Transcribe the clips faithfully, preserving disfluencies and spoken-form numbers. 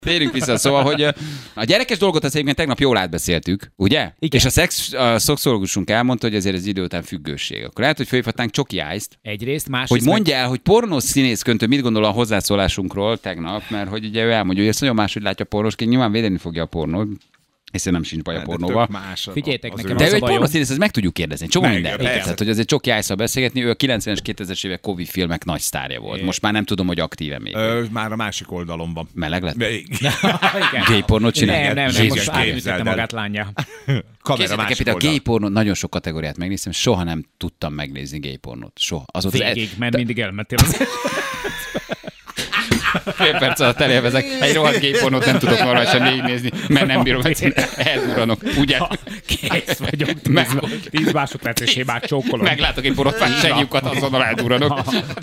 Térjünk vissza, szóval, hogy a gyerekes dolgot az egyébként tegnap jól átbeszéltük, ugye? Igen. És a, szex, a szexológusunk elmondta, hogy ezért az idő után függőség. Akkor lehet, hogy fölhívhatnánk Csoki Ice-t. Egyrészt, másrészt... Hogy mondja el, hogy pornós színészköntő mit gondol a hozzászólásunkról tegnap, mert hogy ugye ő elmondja, hogy ezt nagyon máshogy látja a pornósként, nyilván védeni fogja a pornót. Hiszen nem sincs baj a pornóval. Figyeljetek nekem, de ő egy pornószínész, ezt meg tudjuk kérdezni. Csomó minden. Persze. Tehát, hogy azért Csoki Ice-szal beszélgetni, ő a kilencvenes, kétezres évek Covid filmek nagy sztárja volt. Most már nem tudom, hogy aktíve még. Ö, már a másik oldalon van. Meleg lett? Igen. Gay pornót csinál? Nem, nem, nem, most átütötte magát lánya. Képzeljétek el, a gay pornót, nagyon sok kategóriát megnéztem, soha nem tudtam megnézni gay pornót. Soha. Végig, mert mindig elmentél az Fél perc alatt elélvezek, egy rohadt gay-pornót nem tudok normálisan végignézni, mert nem bírom, egyszerűen eldurranok. Ugye? Kész vagyok, tíz másodperces hibát csókolom. Meglátok egy borotván segjukat, azonnal eldurranok.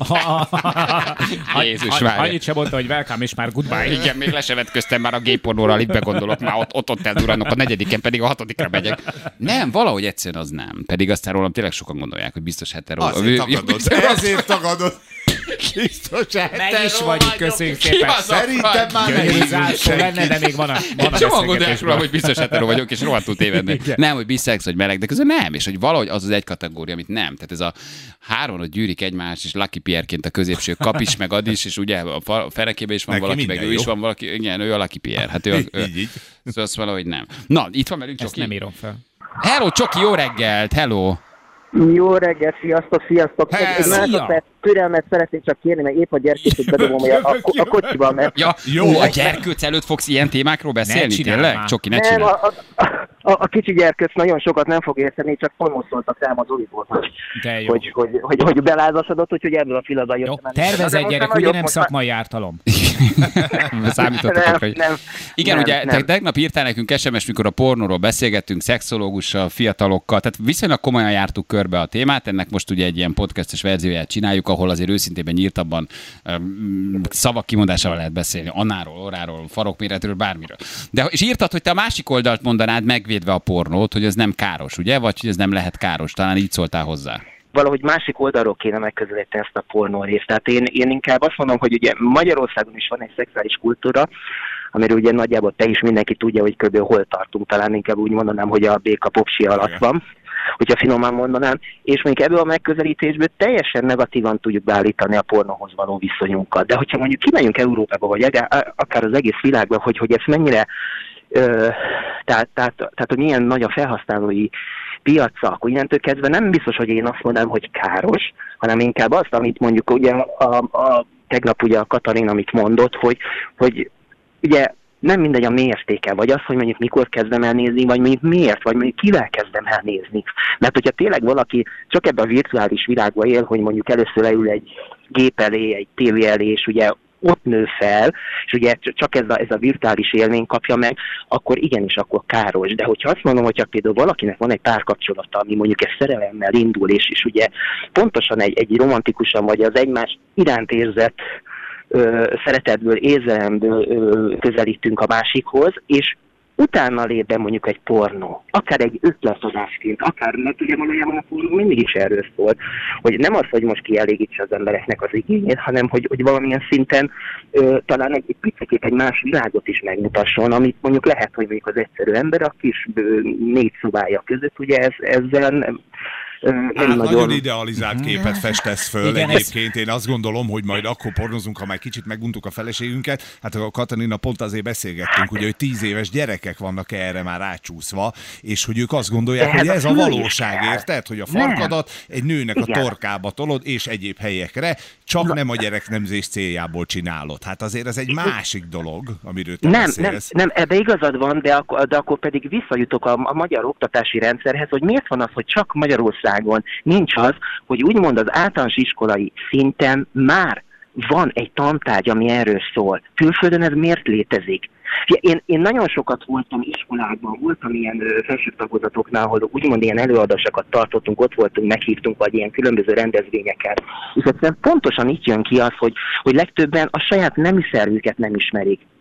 Jézus várja. Annyit sem mondta, hogy welcome, és már goodbye. Igen, még le se vetköztem már a gay-pornóra, itt begondolok, már ott, ott, ott eldurranok, a negyediken pedig a hatodikra megyek. Nem, valahogy egyszerűen az nem. Pedig aztán rólam tényleg sokan gondolják, hogy biztos hetero. Azért tagadod. Ezért tagadod. Biztos meg is vagyunk, köszönjük szépen. Szerintem már gyönyörűzásó lenne, de még van a, van a csomó gondolják róla, hogy biztos hetero vagyok, és rohadtul tévedni. Nem, hogy biszex vagy meleg, de közben nem, és hogy valahogy az az egy kategória, amit nem. Tehát ez a három ott gyűrik egymást, és Lucky Pierre-ként a középső kap is, meg ad is, és ugye a ferekében is van neki valaki, meg ő is van valaki, igen, ő a Lucky Pierre. Hát ő, a, ő, így, így. Szóval az valahogy nem. Na, itt van velünk Csoki. Ezt nem írom fel. Hello, Csoki, jó reggelt, hello. Jó reggel, sziasztok, sziasztok! Egy másodperc türelmet szeretnék csak kérni, mert épp a gyerkőcöt bedobom a, a, a kocsiban, mert... Ja, jó, a gyerkőc előtt fogsz ilyen témákról beszélni, tényleg? Csoki, ne csinálj. Nem, a, a, a, a kicsi gyerkőc nagyon sokat nem fog érteni, csak szóltak rám az Oliból, hogy, hogy, hogy, hogy, hogy belázasodott, úgyhogy ebből a pillanatban jöttem. Tervez egy gyerek, ugye nem szakmai ártalom. Számítottak, hogy... Nem, igen, nem, ugye nem. tegnap írtál nekünk es em es, mikor a pornóról beszélgettünk, szexológussal, fiatalokkal, tehát viszonylag komolyan jártuk körbe a témát, ennek most ugye egy ilyen podcastes verzióját csináljuk, ahol azért őszintében nyíltabban um, szavak kimondásával lehet beszélni, anáról, oráról, farokméretről, bármiről. De és írtad, hogy te a másik oldalt mondanád megvédve a pornót, hogy ez nem káros, ugye? Vagy hogy ez nem lehet káros, talán így szóltál hozzá. Valahogy másik oldalról kéne megközelíteni ezt a pornó részt. Tehát én, én inkább azt mondom, hogy ugye Magyarországon is van egy szexuális kultúra, amiről ugye nagyjából te is mindenki tudja, hogy kb. Hol tartunk, talán inkább úgy mondanám, hogy a béka popsi alatt van, hogyha finoman mondanám, és mondjuk ebből a megközelítésből teljesen negatívan tudjuk beállítani a pornóhoz való viszonyunkat. De hogyha mondjuk kimegyünk Európába, vagy akár az egész világba, hogy, hogy ez mennyire, ö, tehát, tehát, tehát, hogy milyen nagy a felhasználói piaca, akkor innentől kezdve nem biztos, hogy én azt mondanám, hogy káros, hanem inkább azt, amit mondjuk ugye a, a tegnap ugye a Katalin, amit mondott, hogy, hogy ugye nem mindegy a mértéke, vagy az, hogy mondjuk mikor kezdem el nézni, vagy mondjuk miért, vagy mondjuk kivel kezdem el nézni. Mert hogyha tényleg valaki csak ebben a virtuális világban él, hogy mondjuk először leül egy gép elé, egy tévé elé, és ugye ott nő fel, és ugye csak ez a, ez a virtuális élmény kapja meg, akkor igenis, akkor káros. De hogyha azt mondom, hogyha például valakinek van egy párkapcsolata, ami mondjuk egy szerelemmel indul, és, és ugye pontosan egy, egy romantikusan, vagy az egymás iránt érzett ö, szeretetből, érzelemből ö, közelítünk a másikhoz, és utána lép be mondjuk egy pornó, akár egy ötletadásként, akár, mert ugye valójában a pornó mindig is erről szól, hogy nem az, hogy most kielégítse az embereknek az igényét, hanem hogy, hogy valamilyen szinten ö, talán egy, egy picit egy más világot is megmutasson, amit mondjuk lehet, hogy mondjuk az egyszerű ember a kis ö, négy szobája között, ugye ez, ezzel nem, Hát nagyon... nagyon idealizált képet festesz föl. Igen, egyébként ez... én azt gondolom, hogy majd akkor pornozunk, ha már kicsit meguntuk a feleségünket. Hát a Katalina pont azért beszélgettünk, ugye, hogy tíz éves gyerekek vannak erre már rácsúszva, és hogy ők azt gondolják, hogy ez a valóság, érted? Hogy a farkadat egy nőnek a torkába tolod, és egyéb helyekre, csak nem a gyereknemzés céljából csinálod. Hát azért ez egy másik dolog, amiről te nem, beszélsz. Nem, nem, ebbe igazad van, de akkor, de akkor pedig visszajutok a, a magyar oktatási rendszerhez, hogy miért van az, hogy csak Magyarországon nincs az, hogy úgymond az általános iskolai szinten már van egy tantárgy, ami erről szól. Külföldön ez miért létezik? Én, én nagyon sokat voltam iskolákban, voltam ilyen felsőbb tagozatoknál, ahol úgymond ilyen előadásokat tartottunk, ott voltunk, meghívtunk, vagy ilyen különböző rendezvényeken. És egyszerűen pontosan itt jön ki az, hogy, hogy legtöbben a saját nemi szervüket nem ismerik.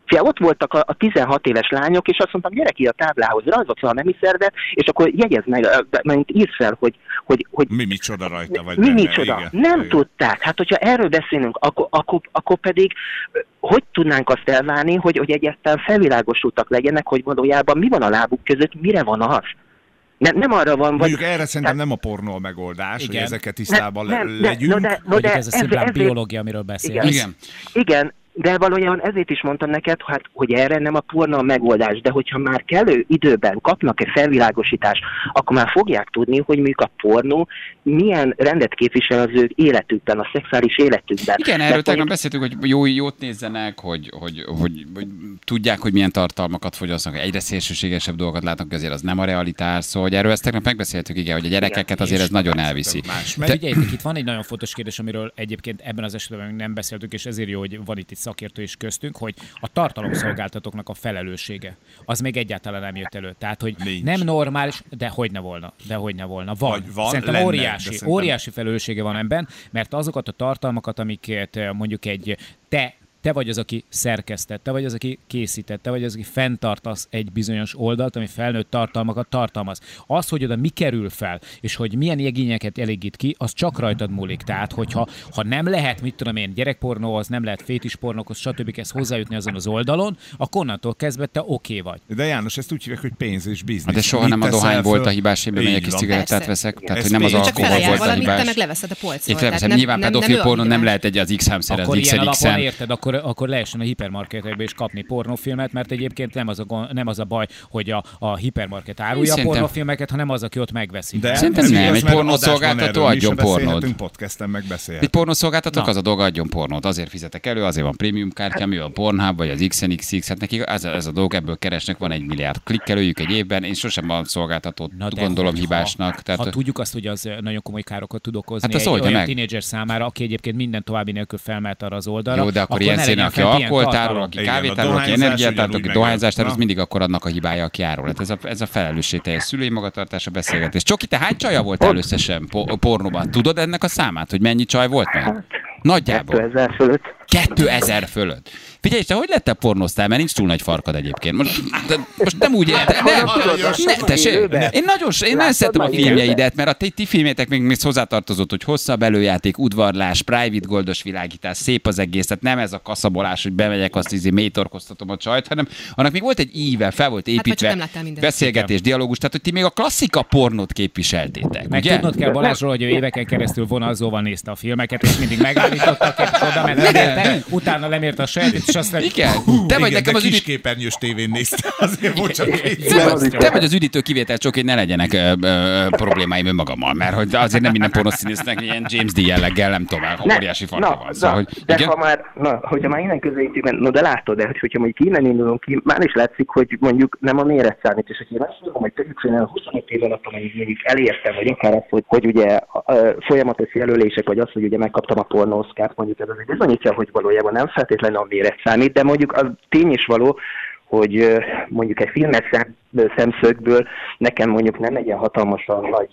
Fia, ott voltak a, a tizenhat éves lányok, és azt mondtam, gyere ki a táblához, rajzolsz a nemi szervet, és akkor jegyezd meg, mert írd fel, hogy, hogy, hogy mi micsoda rajta vagy mi benne. micsoda. Igen, nem igen. tudták. Hát, hogyha erről beszélünk, akkor, akkor, akkor pedig hogy tudnánk azt elvárni, hogy, hogy egyáltalán felvilágosultak legyenek, hogy valójában mi van a lábuk között, mire van az? Nem, nem arra van... Mondjuk vagy... erre szerintem nem a pornó a megoldás, igen. hogy ezeket tisztában nem, le, nem, legyünk. No de, no de ez a szimplán biológia, amiről beszélünk. Igen. Igen. Igen, de valójában ezért is mondtam neked, hát, hogy erre nem a pornó a megoldás, de hogyha már kellő időben kapnak egy felvilágosítást, akkor már fogják tudni, hogy mondjuk a pornó milyen rendet képvisel az ő életükben, a szexuális életükben. Igen, erről Mert tegnap mondjuk- beszéltünk, hogy jó, jót nézzenek, hogy, hogy, hogy, hogy tudják, hogy milyen tartalmakat fogyasztanak, egyre szélsőségesebb dolgokat látnak, azért az nem a realitás, szóval hogy erről ezt tegnap megbeszéltük, igen, hogy a gyerekeket azért ez nagyon elviszi. Más. De figyeljétek, itt van egy nagyon fontos kérdés, amiről egyébként ebben az esetben még nem beszéltünk, és ezért jó, hogy van itt egy szakértő is köztünk, hogy a tartalomszolgáltatóknak a felelőssége, az még egyáltalán nem jött elő. Tehát, hogy Nincs. nem normális, de hogy ne volna, de hogy ne volna. Van. Vagy van, szerintem lenne, óriási, de szerintem- óriási felelőssége van ebben, mert azokat a tartalmakat, amiket eh, mondjuk egy te te vagy az, aki szerkesztett, te vagy az, aki készített, te vagy az, aki fenntartasz egy bizonyos oldalt, ami felnőtt tartalmakat tartalmaz. Az, hogy oda mi kerül fel, és hogy milyen igényeket elégít ki, az csak rajtad múlik. Tehát, hogyha ha nem lehet, mit tudom én, gyerekpornóhoz, nem lehet fétispornóhoz, stb. Ezt hozzájutni azon az oldalon, akkor onnantól kezdve te oké vagy. De János, ezt úgy hívják, hogy pénz és biznisz. De soha Mit nem a teszel dohány föl? volt a hibás, én bemegyek Így és van. cigarettát Persze. veszek, tehát Ez hogy nem az pénz. Csak alkohol felajánl volt a valamit, te hibás. meg leveszed a polcról. Itt Tehát leveszem, nem- nyilván nem- nem pedofil ő a pornó nem hibás. lehet egy az X-hámszer, az Akkor ilyen alapon X-en. érted, akkor, akkor lehessen a hipermarketekbe és kapni pornófilmet, mert egyébként nem az a, gon- nem az a baj, hogy a, a hipermarket árulja a Szerintem- pornófilmeket, hanem az, aki ott megveszi. De Szerintem ez nem, igaz, egy mert pornószolgáltató adásban erről mi adjon se pornót. beszélhetünk, podcasten meg Egy beszélhetünk. pornószolgáltatók Na. az a dolga, adjon pornót. Azért fizetek elő, azért van prémium kártyám, mi a Pornhub, vagy az iksz en iksz iksz, hát nekik ez a, ez a dolog, ebből keresnek, van egy milliárd klikkelőjük egy évben, én sosem a szolgáltatót Na de gondolom hogyha- hibásnak. Tehát, Ha tudjuk azt, hogy az nagyon komoly károkat tud okozni Hát azt egy oldja olyan meg. tínédzser számára, aki egyébként minden további nélkül felmelt arra az oldalra. jó, de akkor, ilyen ne színe, legyen aki fent ilyen alkoholtárol, tartalom. aki Igen, a kávétárol, aki dohányzás energiátárol, ugyanúgy aki dohányzástárol, az megvan. mindig akkor annak a hibája, aki járó lett. Ez a, ez a felelősségteljes szülői magatartás, a beszélgetés. Csoki, te hány csaja voltál összesen po- pornóban? Tudod ennek a számát, hogy mennyi csaj volt meg? Nagyjából. kétezer fölött. kétezer fölött. Figyelj, te hogy lettél pornósztár, mert nincs túl nagy farkad egyébként. Most, de, most nem úgy értem. Ne, ne, tessék, én nagyon, én nem szeretem a filmjeidet, mert a ti, ti filmétek még, még hozzátartozott, hogy hosszabb előjáték, udvarlás, private goldos világítás, szép az egész, tehát nem ez a kaszabolás, hogy bemegyek, azt izé mélytorkoztatom a csajt, hanem annak még volt egy íve, fel volt vagy csak építve, nem láttál mindent. beszélgetés, dialógus, tehát hogy ti még a klasszika pornót képviseltétek, Meg ugye? tudnod kell Balázsról, hogy ő éveken keresztül vonalzóval nézte a filmeket, és mindig megállítottak, és oda ment, lemérte, utána lemérte a sajátét, és aztán Igen, te vagy Igen, nekem de az üdít... kisképernyős tévén nézte, azért volt csak Te kétszer. vagy, te vagy az üdítő kivétel, csak hogy ne legyenek ö, ö, problémáim önmagammal, mert hogy azért nem minden pornoszínésznek ilyen James D. jelleggel, nem tudom, óriási farka van. Szóval, hogy, de igen? ha már, na, hogyha már innen közelítjük, no de látod, de hogy, hogyha mondjuk innen indulunk ki, már is látszik, hogy mondjuk nem a méret számít, és hogyha én azt mondom, hogy tegyük fel, a huszonöt éven attól, hogy mondjuk elértem, vagy akár azt, hogy, hogy ugye ö, folyamatos jelölések, vagy az, hogy ugye megkaptam a pornószkát, mondjuk ez azért bizonyítja, hogy valójában nem feltétlenül a méret számít, de mondjuk az tény is való, hogy ö, mondjuk egy filmes szem, szemszögből nekem mondjuk nem egy ilyen hatalmasan nagy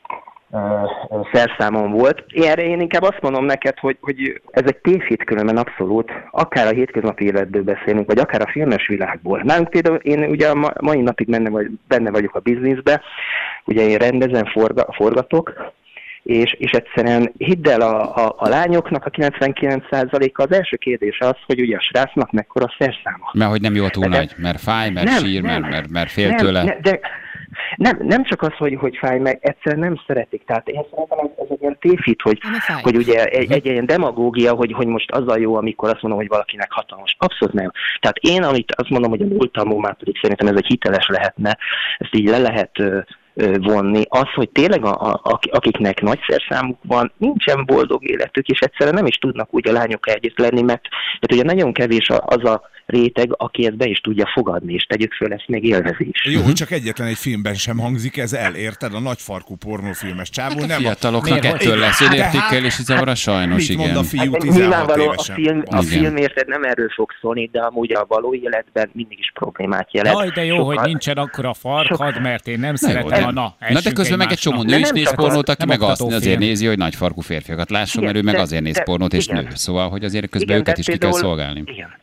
ö, ö, szerszámom volt. Erre én inkább azt mondom neked, hogy, hogy ez egy tévhit különben abszolút, akár a hétköznapi életből beszélünk, vagy akár a filmes világból. Nálunk például én ugye a ma- mai napig benne, vagy, benne vagyok a bizniszbe, ugye én rendezem, forga, forgatok, és, és egyszerűen hidd el, a, a, a lányoknak a kilencvenkilenc százaléka az első kérdés az, hogy ugye a srácnak mekkora a szerszáma. Mert hogy nem jó túl De- nagy, mert fáj, mert Nem, sír, nem. mert, mert, mert fél nem, tőle. Ne, de nem, nem csak az, hogy, hogy fáj meg, egyszerűen nem szeretik. Tehát én szerintem ez, ez egy ilyen tévhit, hogy, Nem fáj. hogy ugye egy, egy ilyen demagógia, hogy, hogy most az a jó, amikor azt mondom, hogy valakinek hatalmas. Abszolút nem. Tehát én, amit azt mondom, hogy a múltamú, már pedig szerintem ez egy hiteles lehetne, ezt így le lehet ö, ö, vonni, az, hogy tényleg a, a, akiknek nagy szerszámuk van, nincsen boldog életük, és egyszerűen nem is tudnak úgy a lányokkal együtt lenni, mert, mert ugye nagyon kevés a- az a réteg, aki ezt be is tudja fogadni, és tegyük föl, ezt még élvezi is. Jó, hogy csak egyetlen egy filmben sem hangzik ez el, érted? A nagyfarkú pornófilmes csávó nem a... Fiataloknak Miért? ettől lesz Hát, önértékelési zavara, sajnos, Mit mond igen. a fiú Hát, tizenhat nyilvánvaló, a évesen? film, a Igen. film érted nem erről fog szólni, de amúgy a való életben mindig is problémát jelent. Jaj, de jó, Sokkal- hogy nincsen akkora farkad, mert én nem Na jó, szeretem de- a na. Na de essünk közben meg egy egymásnak. csomó De nő is nem néz csak pornót, az- aki nem meg azt oktató azért film. nézi, hogy nagyfarkú férfiakat lásson, Igen, mert ő meg de- azért néz de- pornót és igen. nő. Szóval, hogy azért közben Igen, őket de is ki kell például- szolgálni. Igen.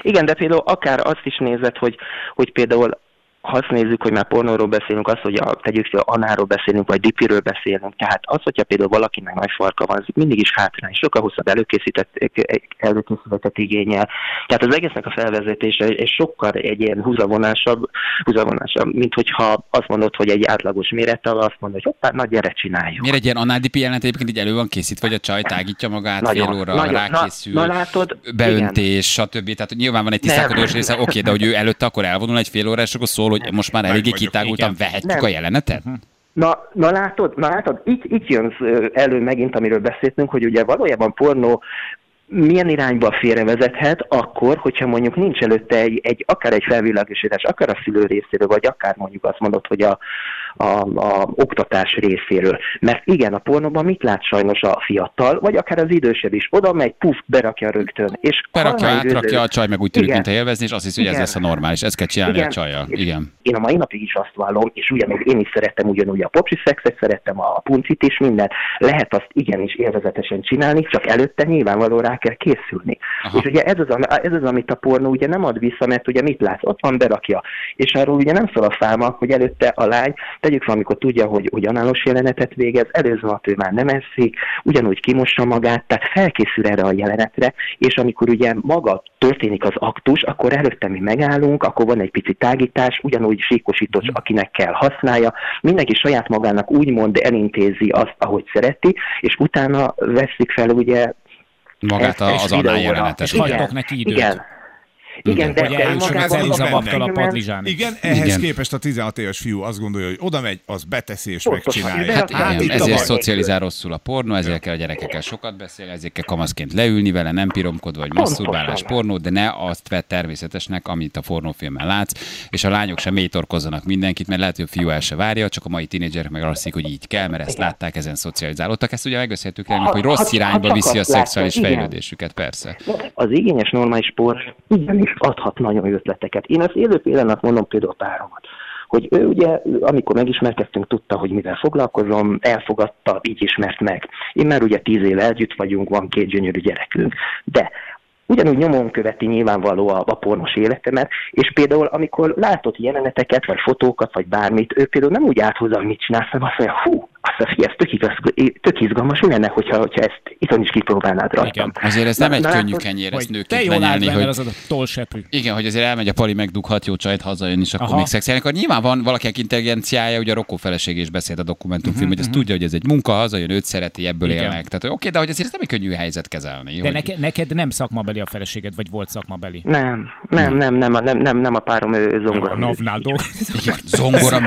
Igen, de például akár azt is nézed, hogy, hogy például ha azt nézzük, hogy már pornóról beszélünk, az, hogy a, tegyük fel, anáról beszélünk, vagy dipiről beszélünk, tehát az, hogyha például valakinek nagy farka van, az mindig is hátrány, sokkal hosszabb előkészített, előkészített igényel. Tehát az egésznek a felvezetése és sokkal egy ilyen húzavonásabb, húzavonásabb, mint hogyha azt mondod, hogy egy átlagos mérettel, azt mondod, hogy hoppá, na gyere, csináljuk. Miért egy ilyen análdipi jelenet egyébként így elő van készítve, vagy a csaj tágítja magát nagyon, fél óra, nagyon, rákészül, na, na látod, beöntés, stb. Tehát nyilván van egy tisztálkodós része, oké, okay, de hogy ő előtte akkor elvonul egy fél óra, és akkor szól, hogy most már eléggé kitágultam, vehetjük nem. a jelenetet? Na, na látod, na látod, itt, itt jön elő megint, amiről beszéltünk, hogy ugye valójában pornó milyen irányba félrevezethet akkor, hogyha mondjuk nincs előtte egy, egy akár egy felvilágosítás, akár a szülő részéről, vagy akár mondjuk azt mondod, hogy a, a, a oktatás részéről. Mert igen, a pornóban mit lát sajnos a fiatal, vagy akár az idősebb is? Oda megy, puf, berakja rögtön. És berakja, átrakja, a csaj meg úgy tűnik, mint élvezni, és azt hiszi, hogy igen. ez lesz a normális. Ezt kell csinálni igen. a csajjal. Igen. Én a mai napig is azt vallom, és ugyanúgy én is szerettem ugyanúgy a popsi szexet, szerettem a puncit is, mindent. Lehet azt igenis élvezetesen csinálni, csak előtte nyilvánvalóan rá kell készülni. Aha. És ugye ez az, ez az, amit a pornó ugye nem ad vissza, mert ugye mit látsz? Ott van, berakja. És arról ugye nem szól a száma, hogy előtte a lány, tegyük fel, amikor tudja, hogy, hogy análos jelenetet végez, előző nap ő már nem eszik, ugyanúgy kimossa magát, tehát felkészül erre a jelenetre, és amikor ugye maga történik az aktus, akkor előtte mi megállunk, akkor van egy pici tágítás, ugyanúgy síkosítós, akinek kell használja, mindenki saját magának úgymond elintézi azt, ahogy szereti, és utána veszik fel ugye magát a, az annál jelenetet. És hagytok neki időt. Igen. Igen, de, de magában a padlizsán. Igen, ehhez igen. képest a tizenhat éves fiú azt gondolja, hogy oda megy, az beteszi és Pontosan, megcsinálja. Hát igen, igen, ezért szocializál rosszul a pornó, ezért kell a gyerekekkel sokat beszélni, ezért kell kamaszként leülni vele, nem piromkodva, vagy masturbálás pornó, de ne azt vett természetesnek, amit a pornófilmen látsz, és a lányok sem mélytorkozzanak mindenkit, mert lehet, hogy a fiú el se várja, csak a mai tínédzserek meg azt hiszik, hogy így kell, mert ezt látták, ezen szocializálódtak. Ezt ugye megbeszéltük el, hogy rossz irányba viszi a szexuális fejlődésüket, persze. Az igényes normális sport is adhat nagyon ötleteket. Én az élő példának mondom például páromat, hogy ő ugye, amikor megismerkedtünk, tudta, hogy mivel foglalkozom, elfogadta, így ismert meg. Én már ugye tíz éve együtt vagyunk, van két gyönyörű gyerekünk, de ugyanúgy nyomon követi nyilvánvaló a, a pornos életemet, és például amikor látott jeleneteket, vagy fotókat, vagy bármit, ő például nem úgy áthúzza, hogy mit csinálsz, hanem azt mondja, hú, azt a ez tök, igaz, tök izgalmas, mi lenne, hogyha, hogyha ezt itthon is kipróbálnád rajtam. Azért ez nem na, egy na, könnyű kenyér, ezt nőként lenyelni, hogy... az a tollseprű. Igen, hogy azért elmegy a pali, megdughat jó csajt, hazajön, és akkor aha. még szexelni. Akkor nyilván van valakinek intelligenciája, ugye a Rokko feleség is beszélt a dokumentumfilm, uh-huh, hogy ezt uh-huh. tudja, hogy ez egy munka, hazajön, őt szereti, ebből igen. élnek. Tehát oké, de hogy azért ez nem egy könnyű helyzet kezelni. De hogy... neked, neked nem szakmabeli a feleséged, vagy volt szakmabeli? Nem, nem, nem, nem, nem, nem, nem a párom zongora. Novnádó. Zongora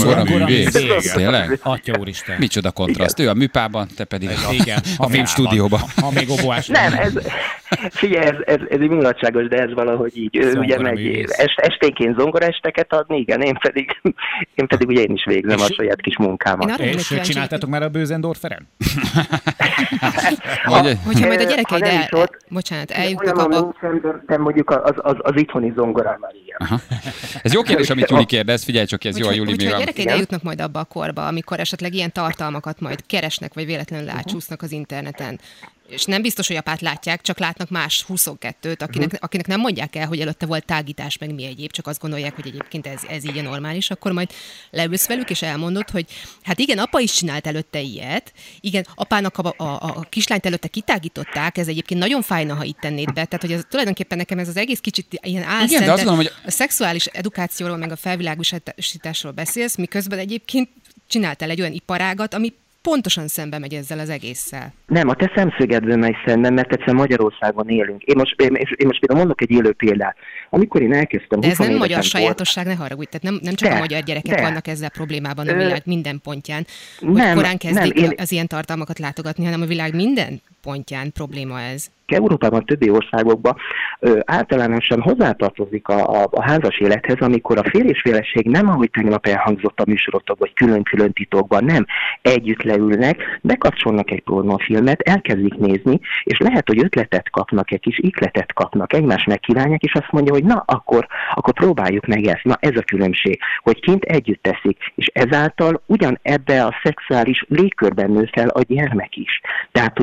művész. Tényleg? Atya úristen. Micsoda kontraszt. Ő a műpában, te pedig a, igen, a film stúdióban. Ha még oboás. Nem, ez, figyelj, ez, ez, ez így mulatságos, de ez valahogy így. Ő ugye megy est, esténként zongoraesteket adni, igen, én pedig, én pedig ugye én is végzem és a saját kis munkámat. És csináltátok már a Bőzendorferen? Hogyha majd a gyerekeid el... Ott, bocsánat, eljutnak abba... De mondjuk az, az, az itthoni zongorán már igen. Aha. Ez jó kérdés, amit Júli kérdez, figyelj csak, ez hogyha, jó a Júli. Hogyha a gyerekeid eljutnak majd abba a korba, amikor esetleg ilyen tartalmakat majd keresnek, vagy véletlenül átsúsznak az interneten, és nem biztos, hogy apát látják, csak látnak más huszonkettőt, akinek, akinek nem mondják el, hogy előtte volt tágítás, meg mi egyéb, csak azt gondolják, hogy egyébként ez, ez így a normális, akkor majd leülsz velük, és elmondod, hogy hát igen, apa is csinált előtte ilyet, igen, apának a, a, a kislányt előtte kitágították, ez egyébként nagyon fájna, ha itt tennéd be, tehát hogy ez, tulajdonképpen nekem ez az egész kicsit ilyen álszent, de gondolom, hogy... a szexuális edukációról, meg a felvilágosításról beszélsz, miközben egyébként csináltál egy olyan iparágat, ami pontosan szembe megy ezzel az egésszel. Nem, a te szemszögedből megy szemben, mert egyszerűen Magyarországon élünk. Én most, én, én most például mondok egy élő példát. Amikor én elkezdtem... De ez nem magyar sajátosság, ne haragudj, tehát nem, nem csak de, a magyar gyerekek de. vannak ezzel problémában a világ minden pontján, hogy nem, korán kezdik nem, én... az ilyen tartalmakat látogatni, hanem a világ minden pontján probléma ez. Európában, többi országokban ö, általánosan hozzátartozik a, a, a házas élethez, amikor a fél és féleség nem, ahogy tegnap elhangzott a műsorotokban, vagy külön-külön titokban, nem. Együtt leülnek, bekapcsolnak egy pornófilmet, elkezdik nézni, és lehet, hogy ötletet kapnak, egy kis ikletet kapnak, egymás megkívánják, és azt mondja, hogy na, akkor, akkor próbáljuk meg ezt. Na, ez a különbség, hogy kint együtt teszik, és ezáltal ugyan ebbe a szexuális légkörben nő fel a gyermek is. Tehát ugye nem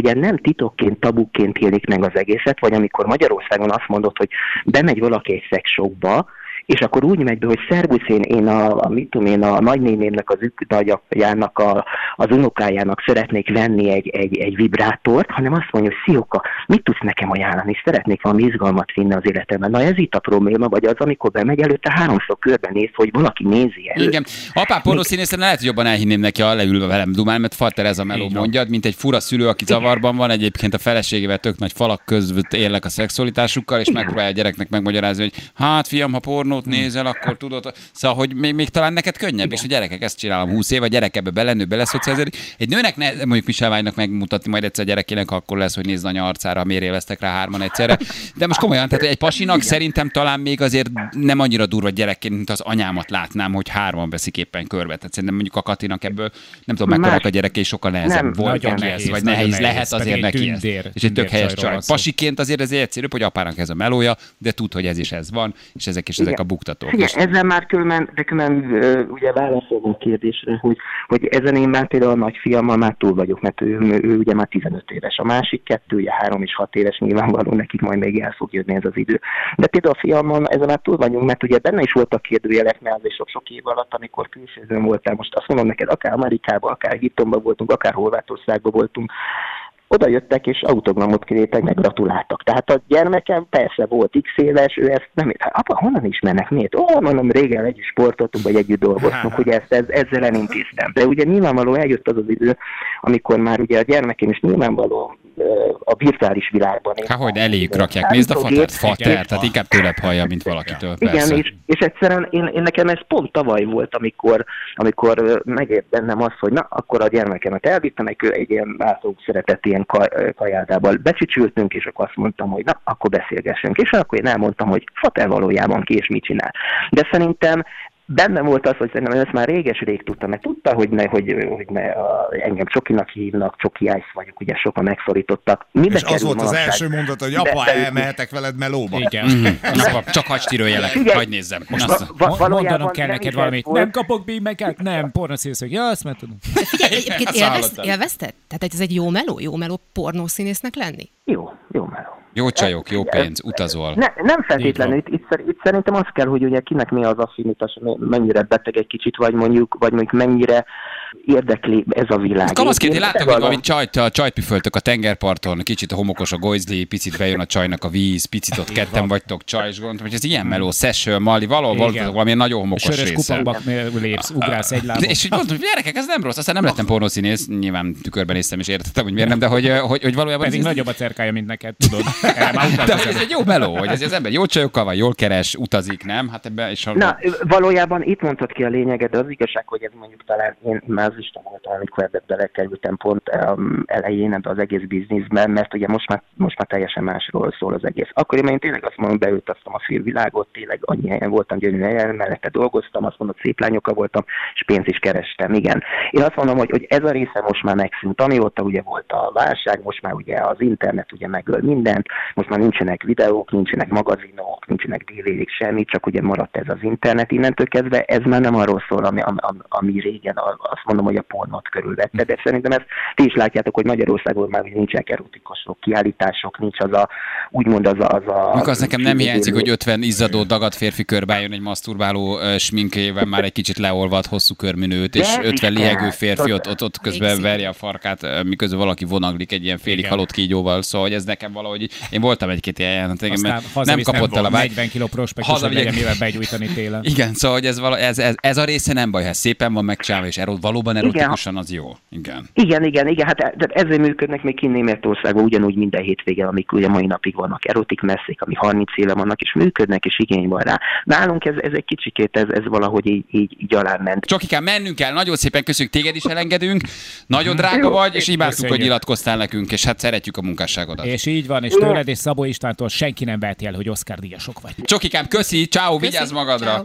titokként, tabukként élik meg az egészet, vagy amikor Magyarországon azt mondod, hogy bemegy valaki egy szexshopba, és akkor úgy megy be, hogy szervusz, én, én a, a, mit tudom én, a nagynénémnek, az nagyapjának, a, az unokájának szeretnék venni egy, egy, egy vibrátort, hanem azt mondja, hogy Szióka, mit tudsz nekem ajánlani, szeretnék valami izgalmat vinni az életemben. Na ez itt a probléma, vagy az, amikor bemegy előtte háromszor körbenéz, hogy valaki nézi előtt. Igen. Apám pornószínészre lehet, hogy jobban elhinném neki, ha leülve velem dumál, mert Fater ez a meló mondjad, mint egy fura szülő, aki zavarban van, egyébként a feleségével tök nagy falak között élnek a szexualitásukkal, és megpróbálja a gyereknek megmagyarázni, hogy hát fiam, ha pornó nézel, akkor tudod, szóval, hogy még, még talán neked könnyebb, igen. És a gyerekek ezt csinálom húsz év, a gyerek ebbe belenő, beleszocializálódik. Egy nőnek ne, mondjuk Michelle Vájnak megmutatni majd egyszer a gyerekének, akkor lesz, hogy nézd anya arcára, miért élveztek rá hárman egyszerre. De most komolyan, tehát egy pasinak igen. Szerintem talán még azért nem annyira durva gyerekként, mint az anyámat látnám, hogy hárman veszik éppen körbe. Tehát szerintem mondjuk a Katinak ebből nem tudom, mekkorák a gyerekei, sokkal nehezebb volt, nehéz, nehéz, vagy nehéz, nehéz lehet azért neki ez. És egy tök helyes csaj. Pasiként azért ez egyszerűbb, hogy apának ez a melója, de tud, hogy ez is ez van, és ezek is ezek a buktatók. Igen, ezzel már különben, de különben ugye válaszolom a kérdésre, hogy, hogy ezen én már például a nagyfiammal már túl vagyok, mert ő, ő, ő ugye már tizenöt éves. A másik kettő, ugye három és hat éves, nyilvánvaló nekik majd még el fog jönni ez az idő. De például a fiammal ezen már túl vagyunk, mert ugye benne is voltak kérdőjelek, mert azért sok-sok év alatt, amikor külsőzőn voltál, most azt mondom neked, akár Amerikában, akár Egyiptomban voltunk, akár Horvátországban voltunk, oda jöttek és autogramot kértek, meg gratuláltak. Tehát a gyermekem persze volt x éves, ő ezt nem ért. Hát, apa, honnan ismernek? Miért? Ó, mondom, régen együtt sportoltunk, vagy együtt dolgoztunk, hogy ezt, ez, ezzel elintéztem. De ugye nyilvánvaló eljött az az idő, amikor már ugye a gyermekem is nyilvánvaló a virtuális világban. Hát, hogy eléjük rakják. Nézd a Fatert, Fater, tehát inkább tőlebb hallja, mint valakitől. Igen, és, és egyszerűen én, én nekem ez pont tavaly volt, amikor, amikor megért bennem az, hogy na, akkor a gyermekemet elvittem, egy, egy ilyen általuk szeretett ilyen kaj, kajádával becsücsültünk, és akkor azt mondtam, hogy na, akkor beszélgessünk. És akkor én elmondtam, hogy Fater valójában ki és mit csinál. De szerintem benne volt az, hogy szerintem ezt már réges-rég tudta, mert tudta, hogy, ne, hogy, hogy ne, a, engem Csokinak hívnak, Csoki Ice vagyok, ugye sokan megszorítottak. Mibe és az volt az első mondat, hogy apa, de, elmehetek veled melóba. Igen. Csak hagyj stílőjelek, hagyj nézzem. Most va- va- mondanom kell neked valamit. Volt. Nem kapok bímeket? Nem, pornoszínészek. Ja, azt már tudom. Figyelj, egyébként élvezt, élvezted? Tehát ez egy jó meló? Jó meló pornószínésznek lenni? Jó, jó meló. Jó csajok, jó pénz, utazol. Ne, nem feltétlenül. Itt, itt, itt szerintem az kell, hogy ugye kinek mi az affinitás, mennyire beteg egy kicsit, vagy mondjuk, vagy mondjuk mennyire érdekli ez a világ. Kamaszként én láttam, hogy valami csajt, a csajt püföltök a tengerparton, kicsit homokos a gojzli, picit bejön a csajnak a víz, picit ott ketten vagytok csaj, és gondoltam, hogy ez ilyen meló, Session, Mali, valahol voltatok valami nagyon homokos része. Sörös kupakba lépsz, ugrálsz egy lábon. És úgy mondtam, hogy gyerekek, ez nem rossz, aztán nem lettem pornószínész, nyilván tükörben néztem és értettem, hogy miért nem, de hogy, hogy, hogy valójában... Pedig nagyobb a cerkája, mint neked, tudod. De ez egy jó meló, hogy ez az ember jó csajokkal van, jól keres, utazik, nem? Hát ebben is... Na, valójában itt mondtad ki a lényeget, de az igazság, hogy ez mondjuk talán én már az Isten voltam, amikor ebbe belekerültem pont um, elején ebbe az egész bizniszben, mert ugye most már, most már teljesen másról szól az egész. Akkor én tényleg azt mondom, beültaztam a félvilágot, tényleg annyi helyen voltam, gyönyörű helyen, mellette dolgoztam, azt mondom, szép lányokkal voltam, és pénzt is kerestem, igen. Én azt mondom, hogy, hogy ez a része most már megszűnt, amióta ugye volt a válság, most már ugye az internet ugye megöl mindent, most már nincsenek videók, nincsenek magazinok, nincsenek dé vé dék, semmi, csak ugye maradt ez az internet innentől kezdve, ez már nem arról szól, ami, ami, ami régen azt mondom, hogy a pornót körülvette, de szerintem ezt ti is látjátok, hogy Magyarországon már nincsenek erotikusok, kiállítások, nincs az a, úgymond az a... Az, a, az, az nekem nem hiányzik, hogy ötven izzadó dagad férfi körbájön egy maszturbáló sminkével már egy kicsit leolvad hosszú körműnőt, és ötven lihegő férfi ott, ott, ott közben verje a farkát, miközben valaki vonaglik egy ilyen félig halott kígyóval, szóval hogy ez nekem valahogy, én voltam egy-két ilyen, nem kapott el a vágy. negyven kiló prospektus, hogy legyen mivel begyújtani télen. Igen, szóval hogy ez, vala, ez, ez, ez a része nem baj, ha szépen van megcsinálva, és erot, valóban erotikusan az jó. Igen. Igen, igen, igen, hát ezért működnek még kint Németországban ugyanúgy minden hétvége, amik ugye mai napig vannak erotik messzék, ami harminc éve vannak, és működnek, és igény van rá. Nálunk ez, ez egy kicsikét, ez, ez valahogy így, így, így alá ment. Csokikám, mennünk kell, nagyon szépen köszönjük, téged is elengedünk, nagyon drága vagy, és imádtuk, hogy nyilatkoztál nekünk, és hát szeretjük a munkásságodat. És így van, és tőled és Szabó Istvántól senki nem veheti el, hogy Oscar díjasok vagy. Csokikám, köszi, ciao, vigyázz magadra. Ciao.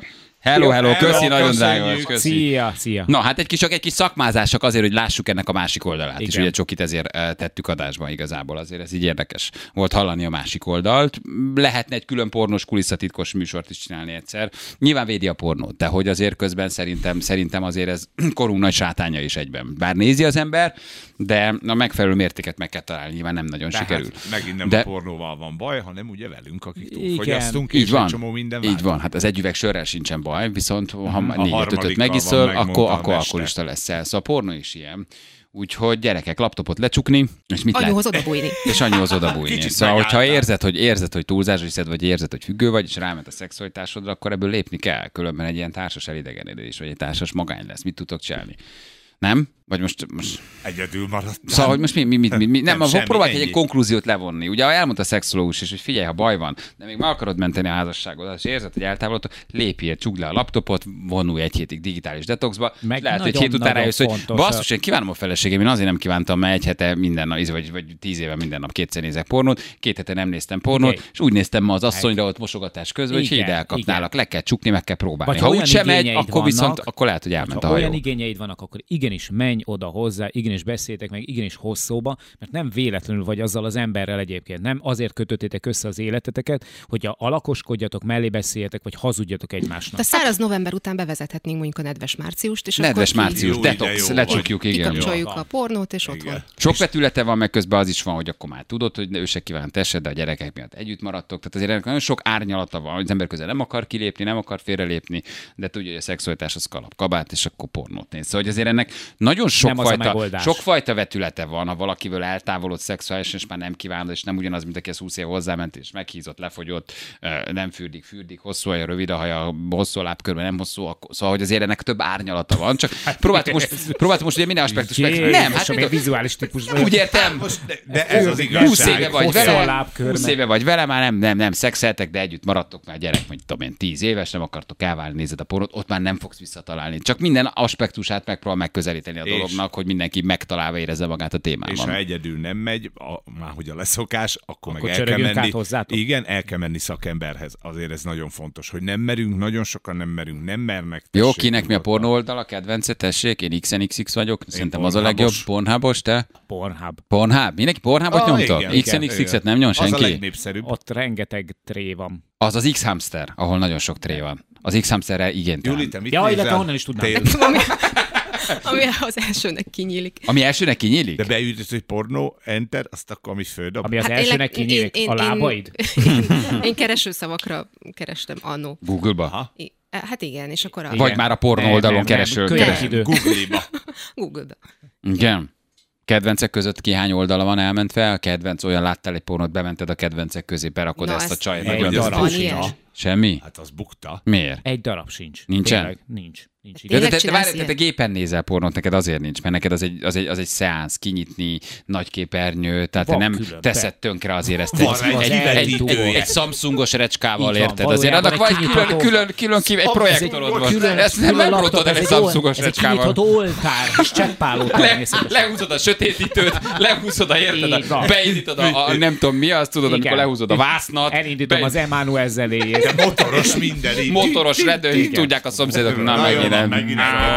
Hello, hello, köszi, nagyon drága. Szia, szia. Na, hát egy kis, csak egy kis szakmázás, csak azért, hogy lássuk ennek a másik oldalát. Igen. És ugye Csokit ezért tettük adásba igazából, azért ez így érdekes volt hallani a másik oldalt. Lehetne egy külön pornós kulisszatitkos műsort is csinálni egyszer. Nyilván védi a pornót, de hogy azért közben szerintem, szerintem azért ez korunk nagy sátánya is egyben. Bár nézi az ember, de a megfelelő mértéket meg kell találni, nyilván nem nagyon de sikerül. Hát megint nem de... a pornóval van baj, hanem ugye velünk, akik túlfogyasztunk, így és van, egy csomó minden így van, hát az egy üveg sörrel sincsen baj, viszont ha a négyet ötöt megiszol, akkor, akkor alkoholista leszel. Szóval a pornó is ilyen. Úgyhogy gyerekek, laptopot lecsukni, és mit annyihoz odabújni. És annyihoz odabújni. Szóval, hogyha érzed, hogy érzed, hogy túlzásra hiszed, vagy érzed, hogy függő vagy, és ráment a szexualitásodra, akkor ebből lépni kell. Különben egy ilyen társas elidegenedés, vagy egy társas magány lesz. Mit tudtok csinálni? Nem? Vagy most... most... Egyedül maradt. Szóval, hogy most mi, mi, mi, mi, mi nem, nem próbálj egy konklúziót levonni. Ugye elmondta a szexológus is, hogy figyelj, ha baj van, de még meg akarod menteni a házasságodat, és érzed, hogy eltávolodtok, lépjél, csukd le a laptopot, vonulj egy hétig digitális detoxba, meg lehet, hogy egy hét után rájössz, hogy basszus, én kívánom a feleségem, én azért nem kívántam, mert egy hete minden nap, vagy, vagy tíz éve minden nap kétszer nézek pornót, két hete nem néztem pornót, igen. És úgy néztem ma az asszonyra ott mosogatás közben, hogy híd elkapnálak, le kell csukni, meg kell próbálni. Ha úgy sem megy, akkor viszont akkor lehet, hogy elment a hajó. Olyan igényeid vannak, akkor igenis menj oda hozzá, igenis beszéltek meg, igenis hosszóba, mert nem véletlenül vagy azzal az emberrel egyébként. Nem azért kötöttétek össze az életeteket, hogy a alakoskodjatok, mellé beszéljetek, vagy hazudjatok egymásnak. A száraz november után bevezethetnénk mondjuk a nedves márciust, és nedves akkor március, detox, lecsukjuk, igen. Kikapcsoljuk a pornót, és otthon. Sok vetülete van, meg közben az is van, hogy akkor már tudod, hogy ő se kívánt esed, de a gyerekek miatt együtt maradtok. Tehát azért ennek nagyon sok árnyalata van, hogy az ember közel nem akar kilépni, nem akar félrelépni, de tudja, hogy a szexualitás az kalap kabát, és akkor pornót néz. Szóval hogy azért ennek nagyon sokfajta sokfajta vetülete van, ha valakivel eltávolod szexuálisan, és már nem kívánod, és nem ugyanaz, mint aki az húsz év hozzáment, és meghízott, lefogyott, nem fürdik, fürdik, hosszú haja, rövid a haja, hosszú a lábkörben, nem hosszú, szóval hogy azért ennek több árnyalata van, csak próbáltuk most, próbáltuk most ugye minden aspektus meg. Nem, hát egy vizuális típus. Úgy értem. De ez az igazság. húsz éve vagy vele, húsz éve vagy vele, már nem, nem, nem szexeltek, de együtt maradtok, már gyerek, mondjuk tudom én, tíz éves, nem akartok elválni, nézed a pornót, ott már nem fogsz visszatalálni. Csak minden aspektusát megpróbál megközelíteni a dolognak, hogy mindenki megtalálva érezze magát a témában. És ha egyedül nem megy, a, már hogy a leszokás, akkor, akkor meg el kell menni. Igen, el kell menni szakemberhez. Azért ez nagyon fontos, hogy nem merünk, nagyon sokan nem merünk, nem mernek. Tessék, jó, kinek mi a pornó oldal, a kedvence, tessék, én iksz en iksz iksz vagyok, én szerintem az a legjobb. Pornhubos, te? Pornhub. Pornhub? Mindenki Pornhubot oh, nyomta? iksz en iksz iksz-et nem nyom senki? Az a legnépszerűbb. Ott rengeteg tré van. Az az X-hamster, ahol nagyon sok tré van. Az X-hamsterrel igen. Júli, te mit ja, illetve honnan is tudnám. Ami az elsőnek kinyílik. Ami elsőnek kinyílik? De beütött, hogy pornó, enter, azt akkor ami földob. Ami az hát elsőnek kinyílik? Én, én, a lábaid? Én, én, én keresőszavakra kerestem annó. Google-ba? I, hát igen, és akkor... A... Vagy már a pornó oldalon kereső. Google-ba. Google-ba. Igen. Kedvencek között ki hány oldala van, elment fel? Kedvenc, olyan láttál egy pornót, bemented a kedvencek közé, berakod no, ezt a csajt. Egy darab sincs. Semmi? Hát az bukta. Miért? Egy darab sincs. Nincsen? Tényleg, nincs. Nincs de, de, de, de, várj, te gépen nézel pornót, neked azért nincs, mert neked az egy, az egy, az egy szeánsz, kinyitni, nagy képernyő, tehát te nem külön, teszed tönkre azért ezt egy, egy, egy, egy, egy, egy Samsungos recskával, érted? Azért annak vagy külön, külön, külön ki, egy projektorod van. Ezt nem megmondod el egy Samsungos recskával. Ez egy kinyitható oltár, és cseppáló természetesen. Lehúzod a sötétítőt, lehúzod a érted, beindítod a nem tudom mi, azt tudod, amikor lehúzod a vásznat. Elindítom az Emmanuel zeléjét. De motoros minden. Motoros redő, tudják a szomszédok, na megint megint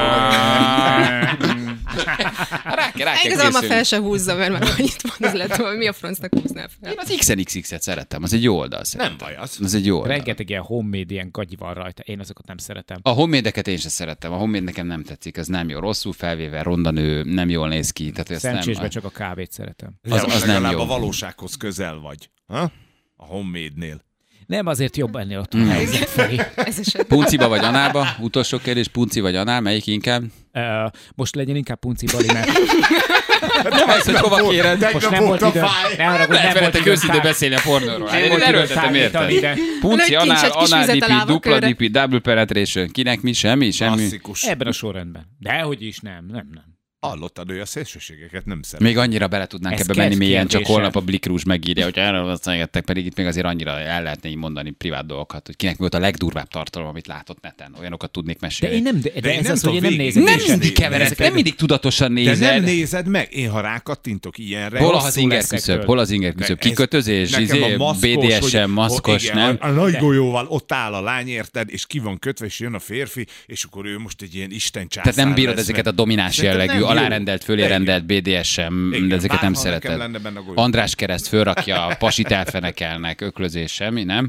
Igazából már fel se húzza, mert már annyit van, az lett, hogy mi a francnak húznál fel. Én az iksz en iksz iksz-et szeretem, az egy jó oldal szerintem. Nem baj az. Az egy jó oldal. Rengeteg ilyen homemade, ilyen gagyi van rajta, én azokat nem szeretem. A homemade-eket én sem szeretem, a homemade nekem nem tetszik, az nem jó, rosszul felvéve, rondanő, nem jól néz ki. Szemcsésben csak a kávét szeretem. Az, az nem jó. A valósághoz közel vagy. Ha? A homemade-nél. Nem, azért jobb ennél ott a helyzet felé. Punciba vagy análba? Utolsó kérdés, punci vagy anál, melyik inkább? Uh, most legyen inkább punci Bali, mert... Nem az, hogy hova kéred. Most nem volt idő. Lehet veletek őszintén beszélni a pornóról. Én erőltetem, érted? Punci, anál, anál dipi, dupla dipi, double penetration. Kinek mi? Semmi? Semmi? Klasszikus. Ebben a sorrendben. Dehogy is nem, nem, nem. Hallottad, ő a szélsőségeket nem szeret. Még annyira bele tudnánk ebbe menni mélyen, csak holnap a Blikrús megírja, hogy erről beszélgettek, pedig itt még azért annyira el lehetne így mondani privát dolgokat, hogy kinek volt a legdurvább tartalom, amit látott neten. Olyanokat tudnék mesélni. De én nem, de, de, de ez nem az, hogy én nem végig- nézem. Nem és- mindig keveredsz, nem mindig tudatosan nézed. De nem nézed meg. Én ha rákattintok ilyenre... Hol az rosszul inger leszek küszöb? tőle. Hol az inger küszöb? Ez- Kikötözés, nekem a izé, maszkos, bé dé es em, hogy- maszkos, igen, nem? A, a nagy golyóval ott áll a lány, érted, és ki van kötve, és jön a férfi, és akkor ő most egy ilyen isten császár Tehát nem bírod lesz, ezeket a meg- domináns Szerintem jellegű, nem jó. alárendelt, fölérendelt bé dé es em, Igen, de ezeket bár nem ha nekem szereted. lenne benne a golyó. András kereszt fölrakja, a pasit elfenekelnek, öklözés, semmi, nem?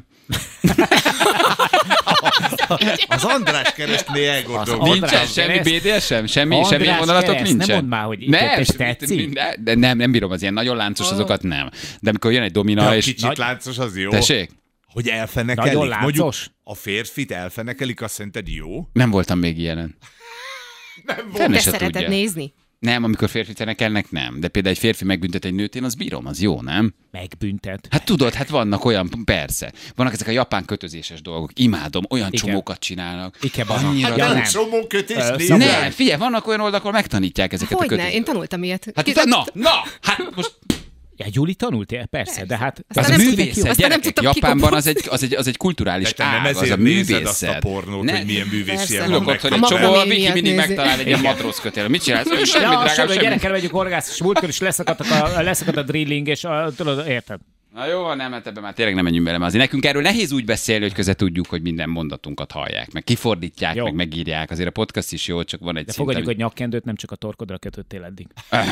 Az András keresztnél elgondolom. Az Nincsen András semmi kereszt? bé dé es em? Semmi, András semmi vonalatok kereszt, nincsen? nem mondd már, hogy nem, ikket is tetszik. de, de nem, nem bírom az ilyen nagyon láncos, azokat nem. De amikor jön egy domina, De a és... kicsit Nagy- láncos, az jó. Tessék? Hogy elfenekelik. Nagyon láncos? Mondjuk a férfit elfenekelik, azt szerinted jó? Nem voltam még ilyenen. Nem Fene Te se szereted tudja. nézni? Nem, amikor férfit fenekelnek, nem. De például egy férfi megbüntet egy nőt, én az bírom, az jó, nem? Megbüntet. Hát tudod, hát vannak olyan, persze. Vannak ezek a japán kötözéses dolgok. Imádom, olyan Igen. csomókat csinálnak. Ikebana. Annyira Ja, Hát nem. nem csomó kötés Ö, néz. szabad. Nem, figyelj, vannak olyan oldalak, ahol megtanítják ezeket a Hogyne, kötözéseket. én tanultam ilyet. Hát Ki- utána, na, na, hát most Ja, Gyuri tanultál? Persze, de hát... Aztán az nem a tudtam- művészet, aztán nem gyerekek, tudtam Japánban az kikopozni. egy, az, egy, az egy kulturális De te nem ág, az a ezért nézed azt művészet. a pornót, Ne- hogy milyen művész Persze. ilyen Ülök van otthon egy A csomó, magam a Viki miatt mindig nézi. megtalál egy ilyen matróz kötél. Mit csinálsz? Ő Semmit, Ja, drágám, semmi, semmi. gyerekkel megyünk horgász, és múltkor is leszakadtak a, leszakadt a drilling, és a, tudod, érted? Na jó, van, nem, hát ebben már tényleg nem menjünk bele, mert azért nekünk erről nehéz úgy beszélni, hogy közben tudjuk, hogy minden mondatunkat hallják, meg kifordítják, Jó. meg megírják. Azért a podcast is jó, csak van egy De szint, fogadjuk, ami- hogy nyakkendőt nem csak a torkodra kötöttél eddig.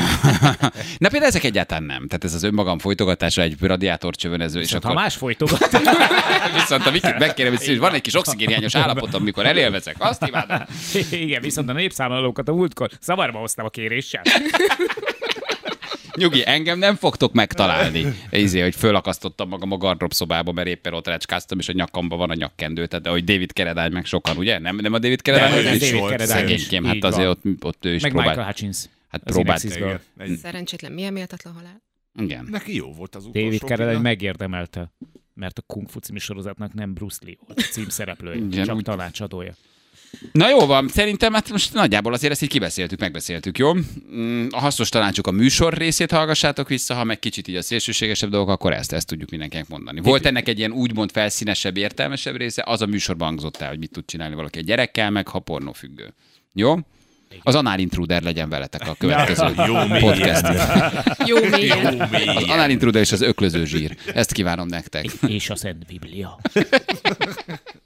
Na például ezek egyáltalán nem. Tehát ez az önmagam folytogatása egy radiátorcsövönező, és Viszont ha akkor... más folytogat, Viszont a Vikit megkérem, hogy van egy kis oxigénhiányos állapotom, mikor elélvezek. Azt imádom. igen, viszont a népszámlálókat a múltkor szavarba hoztam a kéréssel. Nyugi, engem nem fogtok megtalálni. Izé, hogy fölakasztottam magam a gardrób szobába, mert éppen ott recskáztam, és a nyakamban van a nyakkendő. Tehát ahogy David Keredány meg sokan, ugye? Nem, nem a David Keredány? De, ő ez is David volt. Keredány is. Szegénykém, hát Így azért van. ott, ott ő is Meg próbált. Michael Hutchins. Hát Az próbált. Inexisből. Igen. Egy- Szerencsétlen, milyen méltatlan halál? Igen. Neki jó volt az utolsó. David Keredány pillanat. megérdemelte, mert a Kung Fu című sorozatnak nem Bruce Lee volt a címszereplője, Igen, csak úgy- tanácsadója. Na jó van, szerintem hát most nagyjából azért ezt így kibeszéltük, megbeszéltük, jó? Mm, A hasznos tanácsok a műsor részét hallgassátok vissza, ha meg kicsit így a szélsőségesebb dolgok, akkor ezt, ezt tudjuk mindenkinek mondani. Volt ennek egy ilyen úgymond felszínesebb, értelmesebb része, az a műsorban hangzott el, hogy mit tud csinálni valaki egy gyerekkel, meg ha pornófüggő. Jó? Az Anal Intruder legyen veletek a következő Jó mélyen. podcastig. Jó mélyen. Jó mélyen. Az Anal Intruder és az öklöző zsír. Ezt kívánom nektek. És a Szent Biblia.